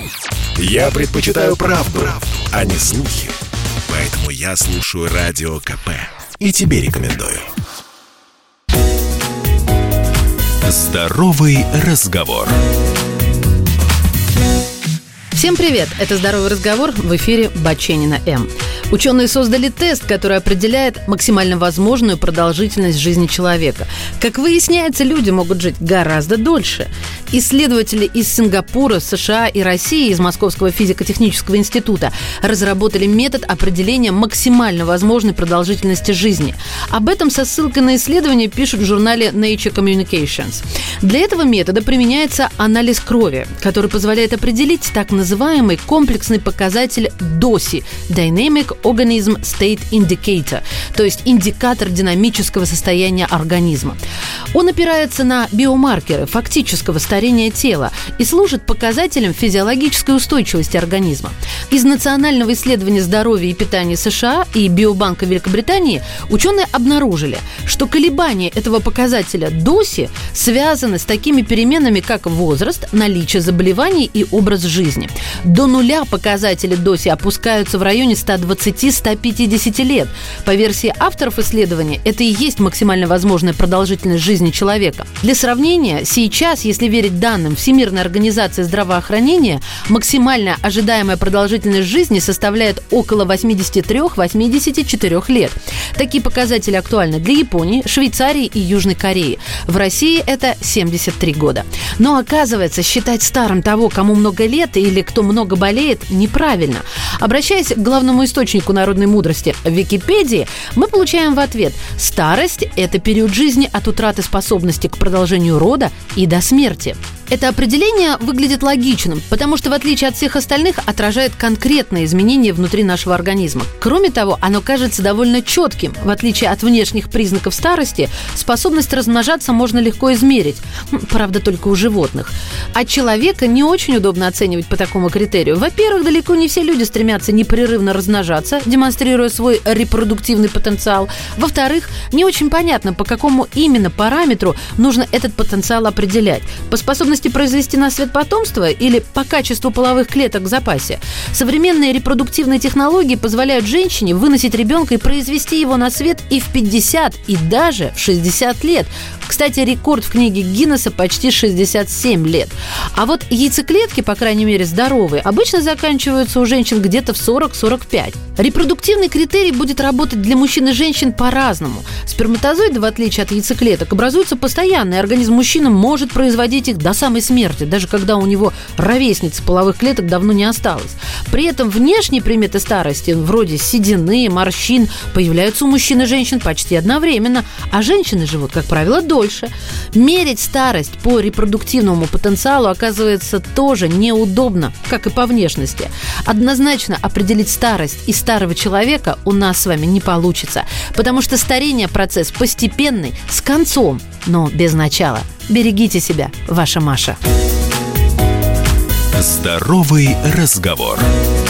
Я предпочитаю правду, а не слухи. Поэтому я слушаю Радио КП. И тебе рекомендую. Здоровый разговор. Всем привет! Это «Здоровый разговор», в эфире Баченина М. Ученые создали тест, который определяет максимально возможную продолжительность жизни человека. Как выясняется, люди могут жить гораздо дольше. Исследователи из Сингапура, США и России из Московского физико-технического института разработали метод определения максимально возможной продолжительности жизни. Об этом со ссылкой на исследование пишут в журнале Nature Communications. Для этого метода применяется анализ крови, который позволяет определить так называемый комплексный показатель DOSI – Dynamic Organism State Indicator, то есть индикатор динамического состояния организма. Он опирается на биомаркеры фактического старения тела и служит показателем физиологической устойчивости организма. Из Национального исследования здоровья и питания США и Биобанка Великобритании ученые обнаружили, что колебания этого показателя DOSI связаны с такими переменами, как возраст, наличие заболеваний и образ жизни. До нуля показатели DOSI опускаются в районе 120-150 лет. По версии авторов исследования, это и есть максимально возможная продолжительность жизни человека. Для сравнения, сейчас, если верить данным Всемирной организации здравоохранения, максимальная ожидаемая продолжительность жизни составляет около 83-84 лет. Такие показатели актуальны для Японии, Швейцарии и Южной Кореи. В России это 73 года. Но оказывается, считать старым того, кому много лет или кто много болеет, неправильно. Обращаясь к главному источнику народной мудрости – Википедии, мы получаем в ответ: старость – это период жизни от утраты способности к продолжению рода и до смерти. Это определение выглядит логичным, потому что, в отличие от всех остальных, отражает конкретные изменения внутри нашего организма. Кроме того, оно кажется довольно четким. В отличие от внешних признаков старости, способность размножаться можно легко измерить. Правда, только у животных. А человека не очень удобно оценивать по такому критерию. Во-первых, далеко не все люди стремятся непрерывно размножаться, демонстрируя свой репродуктивный потенциал. Во-вторых, не очень понятно, по какому именно параметру нужно этот потенциал определять. По способности произвести на свет потомство или по качеству половых клеток в запасе. Современные репродуктивные технологии позволяют женщине выносить ребенка и произвести его на свет и в 50, и даже в 60 лет. Кстати, рекорд в книге Гиннесса почти 67 лет. А вот яйцеклетки, по крайней мере здоровые, обычно заканчиваются у женщин где-то в 40-45. Репродуктивный критерий будет работать для мужчин и женщин по-разному. Сперматозоиды, в отличие от яйцеклеток, образуются постоянно, и организм мужчины может производить их до самой смерти, даже когда у него ровесницы половых клеток давно не осталось. При этом внешние приметы старости, вроде седины, морщин, появляются у мужчин и женщин почти одновременно, а женщины живут, как правило, дольше. Мерить старость по репродуктивному потенциалу оказывается тоже неудобно, как и по внешности. Однозначно определить старость и старого человека у нас с вами не получится, потому что старение – процесс постепенный, с концом, но без начала. Берегите себя, ваша Маша. Здоровый разговор.